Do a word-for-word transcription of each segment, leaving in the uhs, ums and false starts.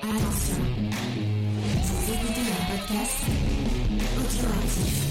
Attention, vous écoutez un podcast audioactif.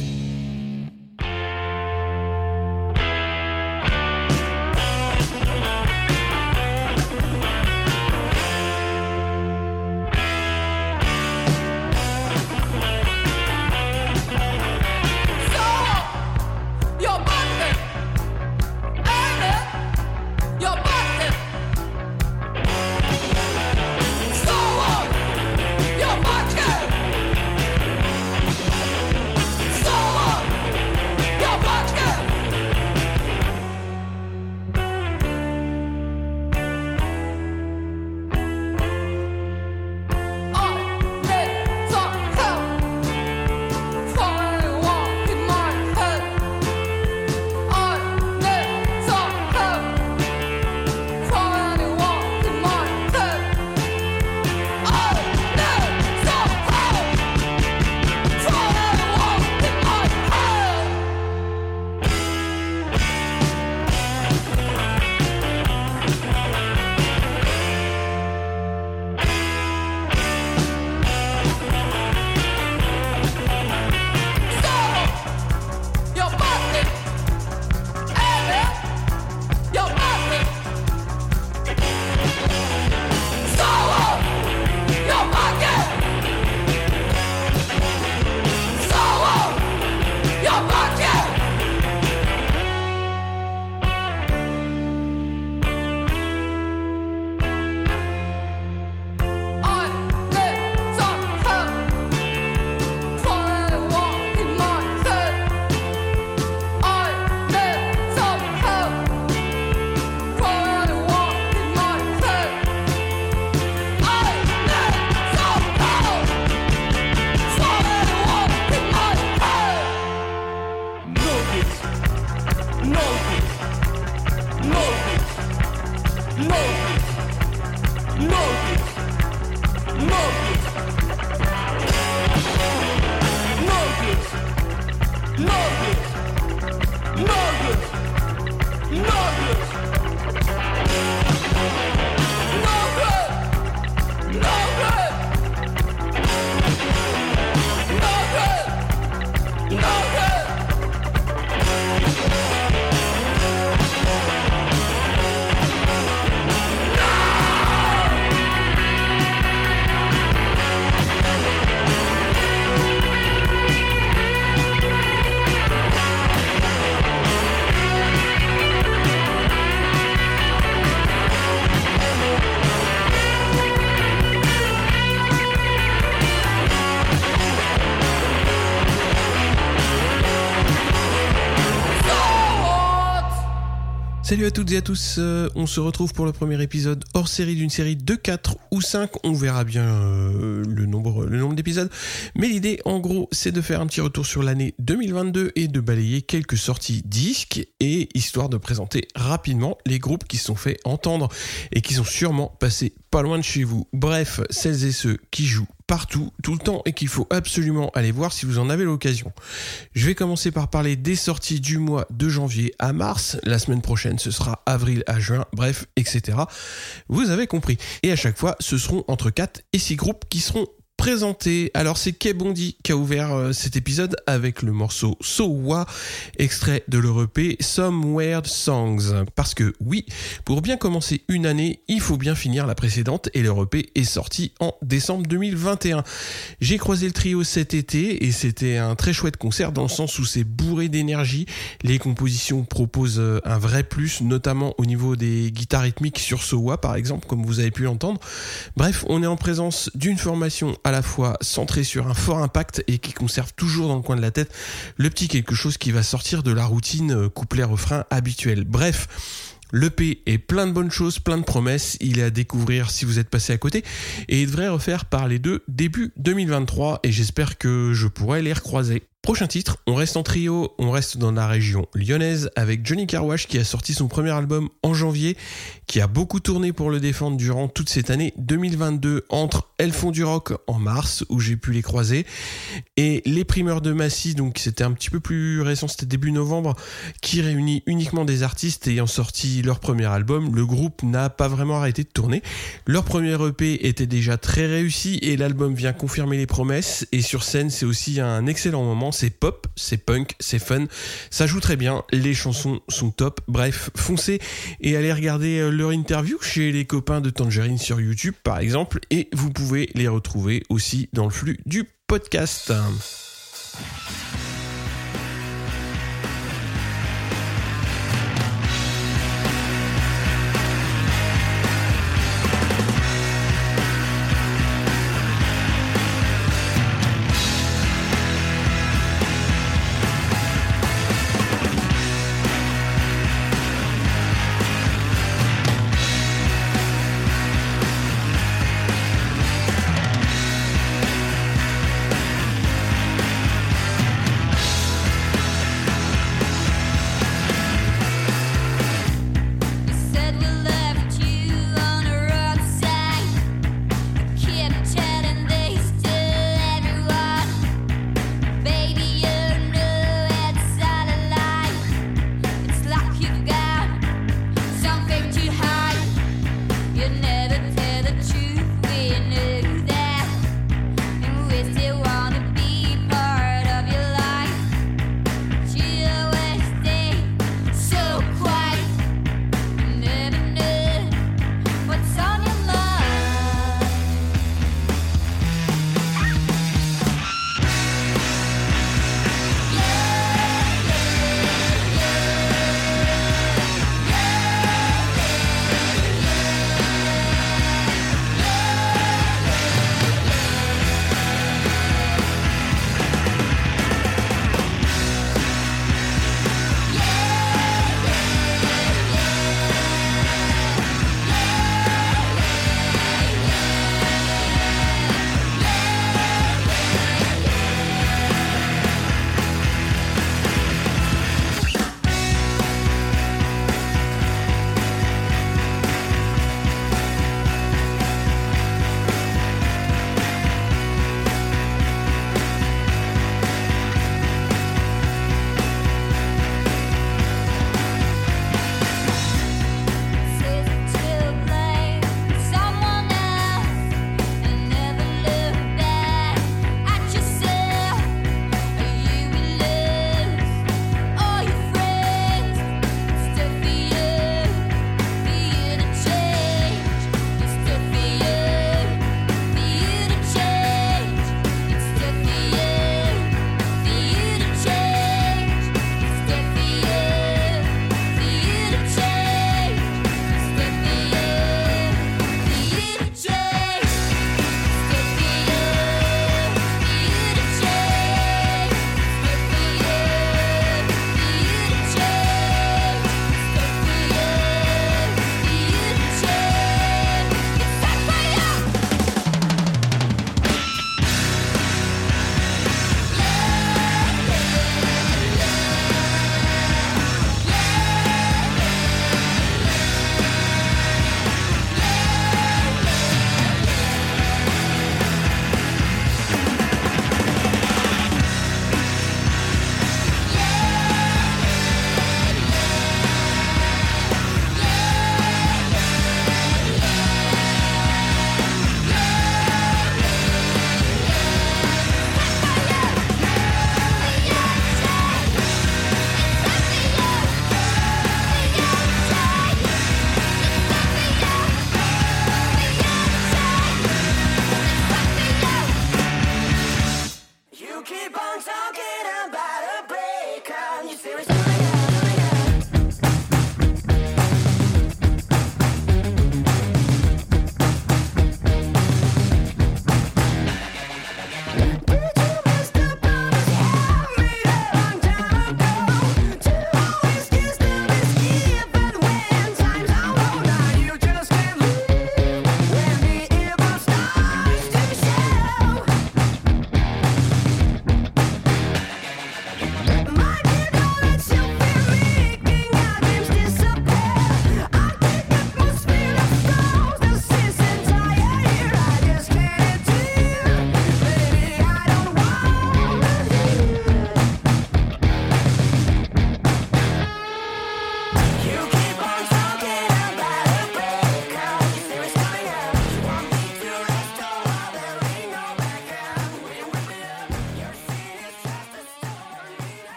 Salut à toutes et à tous, euh, on se retrouve pour le premier épisode hors série d'une série de quatre ou cinq, on verra bien euh, le nombre, le nombre d'épisodes, mais l'idée en gros c'est de faire un petit retour sur l'année deux mille vingt-deux et de balayer quelques sorties disques, et histoire de présenter rapidement les groupes qui se sont fait entendre et qui sont sûrement passés pas loin de chez vous. Bref, celles et ceux qui jouent partout, tout le temps, et qu'il faut absolument aller voir si vous en avez l'occasion. Je vais commencer par parler des sorties du mois de janvier à mars. La semaine prochaine, ce sera avril à juin, bref, et cetera. Vous avez compris. Et à chaque fois, ce seront entre quatre et six groupes qui seront présenté. Alors c'est Quai Bondi qui a ouvert euh, cet épisode avec le morceau So What, extrait de leur E P Some Weird Songs. Parce que oui, pour bien commencer une année, il faut bien finir la précédente, et leur E P est sorti en décembre deux mille vingt et un. J'ai croisé le trio cet été et c'était un très chouette concert dans le sens où c'est bourré d'énergie. Les compositions proposent un vrai plus, notamment au niveau des guitares rythmiques sur So What par exemple, comme vous avez pu l'entendre. Bref, on est en présence d'une formation à la fois centré sur un fort impact et qui conserve toujours dans le coin de la tête le petit quelque chose qui va sortir de la routine couplet-refrain habituelle. Bref, l'E P est plein de bonnes choses, plein de promesses, il est à découvrir si vous êtes passé à côté, et il devrait refaire par les deux début deux mille vingt-trois, et j'espère que je pourrai les recroiser. Prochain titre, on reste en trio, on reste dans la région lyonnaise avec Johnny Carwash qui a sorti son premier album en janvier, qui a beaucoup tourné pour le défendre durant toute cette année deux mille vingt-deux entre Elles font du rock en mars où j'ai pu les croiser et Les Primeurs de Massy, donc c'était un petit peu plus récent, c'était début novembre, qui réunit uniquement des artistes ayant sorti leur premier album. Le groupe n'a pas vraiment arrêté de tourner. Leur premier E P était déjà très réussi et l'album vient confirmer les promesses et sur scène c'est aussi un excellent moment. C'est pop, c'est punk, c'est fun, ça joue très bien, les chansons sont top. Bref, foncez et allez regarder leur interview chez les copains de Tangerine sur YouTube par exemple, et vous pouvez les retrouver aussi dans le flux du podcast.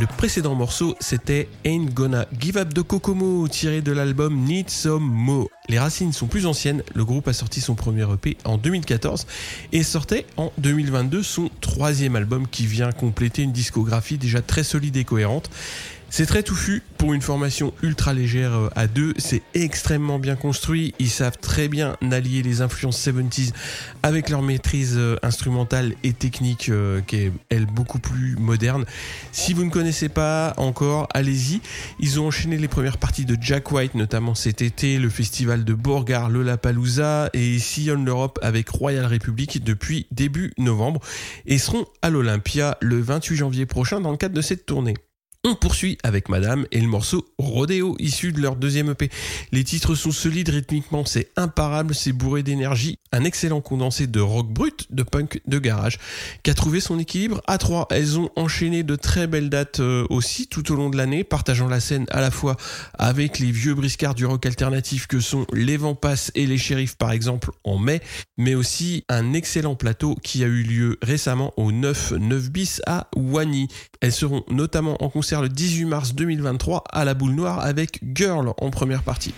Le précédent morceau, c'était Ain't Gonna Give Up de Kokomo, tiré de l'album Need Some Mo. Les racines sont plus anciennes, le groupe a sorti son premier E P en deux mille quatorze et sortait en deux mille vingt-deux son troisième album qui vient compléter une discographie déjà très solide et cohérente. C'est très touffu pour une formation ultra légère à deux, c'est extrêmement bien construit, ils savent très bien allier les influences soixante-dix avec leur maîtrise instrumentale et technique qui est elle beaucoup plus moderne. Si vous ne connaissez pas encore, allez-y, ils ont enchaîné les premières parties de Jack White, notamment cet été, le festival de Borgard, Lollapalooza, et sillonnent l'Europe avec Royal Republic depuis début novembre et seront à l'Olympia le vingt-huit janvier prochain dans le cadre de cette tournée. On poursuit avec Madame et le morceau Rodeo, issu de leur deuxième E P. Les titres sont solides rythmiquement, c'est imparable, c'est bourré d'énergie. Un excellent condensé de rock brut, de punk, de garage, qui a trouvé son équilibre à trois. Elles ont enchaîné de très belles dates euh, aussi tout au long de l'année, partageant la scène à la fois avec les vieux briscards du rock alternatif que sont les Vampas et les Shérifs par exemple en mai, mais aussi un excellent plateau qui a eu lieu récemment au neuf neuf bis à Wany. Elles seront notamment en concert le dix-huit mars deux mille vingt-trois à la Boule Noire avec Girl en première partie.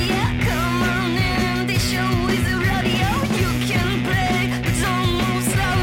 Come on in, the show is a rodeo. You can play, but don't move slow.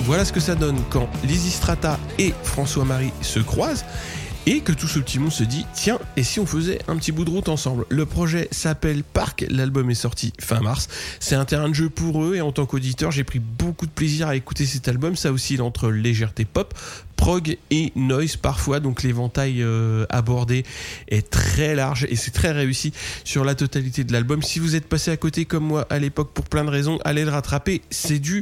voilà ce que ça donne quand Lysistrata et François-Marie se croisent et que tout ce petit monde se dit tiens, et si on faisait un petit bout de route ensemble. Le projet s'appelle Parc, l'album est sorti fin mars, c'est un terrain de jeu pour eux et en tant qu'auditeur j'ai pris beaucoup de plaisir à écouter cet album. Ça oscille entre légèreté pop, prog et noise parfois, donc l'éventail euh, abordé est très large et c'est très réussi sur la totalité de l'album. Si vous êtes passé à côté comme moi à l'époque pour plein de raisons, allez le rattraper, c'est du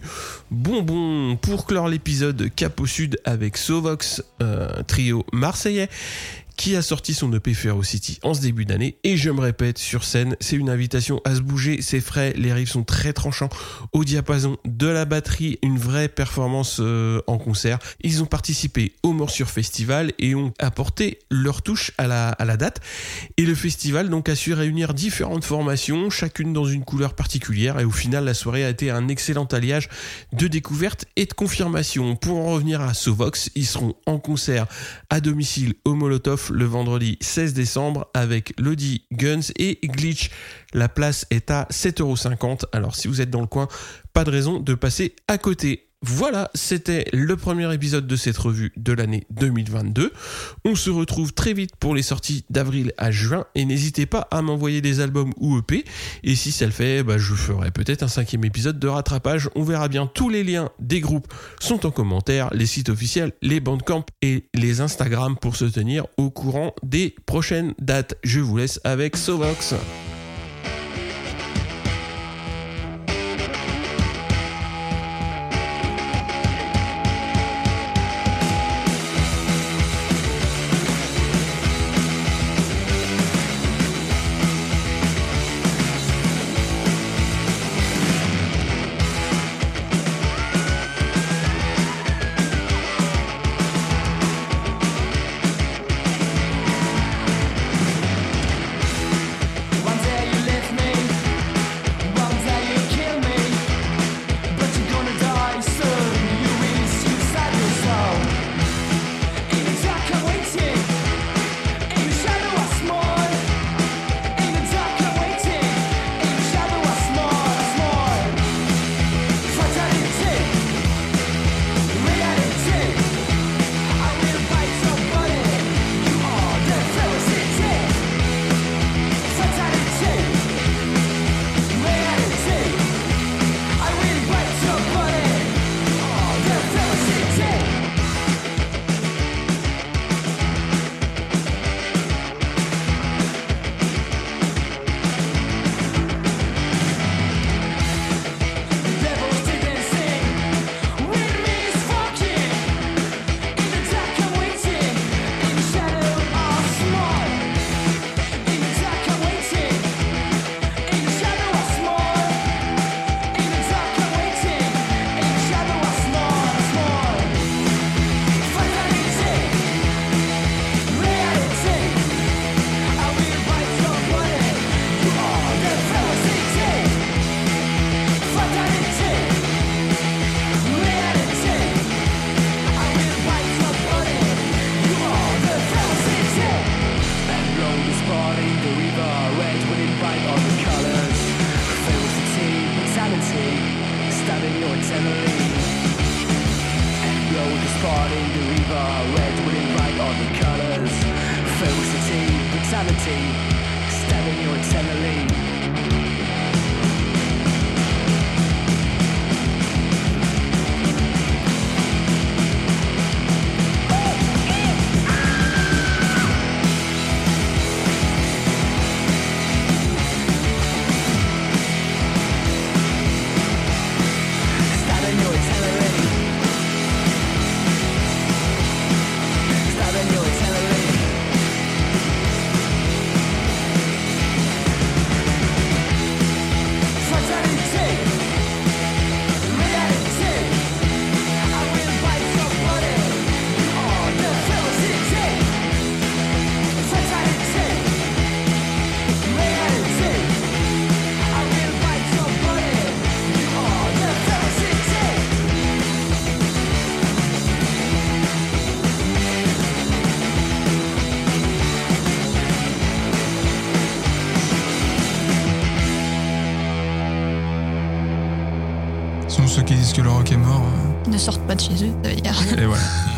bonbon. Pour clore l'épisode, cap au sud avec Sovox, euh, trio marseillais qui a sorti son E P Ferocity en ce début d'année. Et je me répète, sur scène, c'est une invitation à se bouger, c'est frais, les riffs sont très tranchants au diapason de la batterie, une vraie performance euh, en concert. Ils ont participé au Morsure Festival et ont apporté leur touche à la, à la date. Et le festival donc a su réunir différentes formations, chacune dans une couleur particulière. Et au final, la soirée a été un excellent alliage de découverte et de confirmation. Pour en revenir à Sovox, ils seront en concert à domicile au Molotov le vendredi seize décembre avec Lodi, Guns et Glitch. La place est à sept euros cinquante. Alors si vous êtes dans le coin, pas de raison de passer à côté. Voilà, c'était le premier épisode de cette revue de l'année deux mille vingt-deux. On se retrouve très vite pour les sorties d'avril à juin et n'hésitez pas à m'envoyer des albums ou E P. Et si ça le fait, bah, je ferai peut-être un cinquième épisode de rattrapage. On verra bien. Tous les liens des groupes sont en commentaire, les sites officiels, les Bandcamp et les Instagram pour se tenir au courant des prochaines dates. Je vous laisse avec Sovox. Ceux qui disent que le rock est mort, euh, ne sortent pas de chez eux, ça veut dire. Et voilà.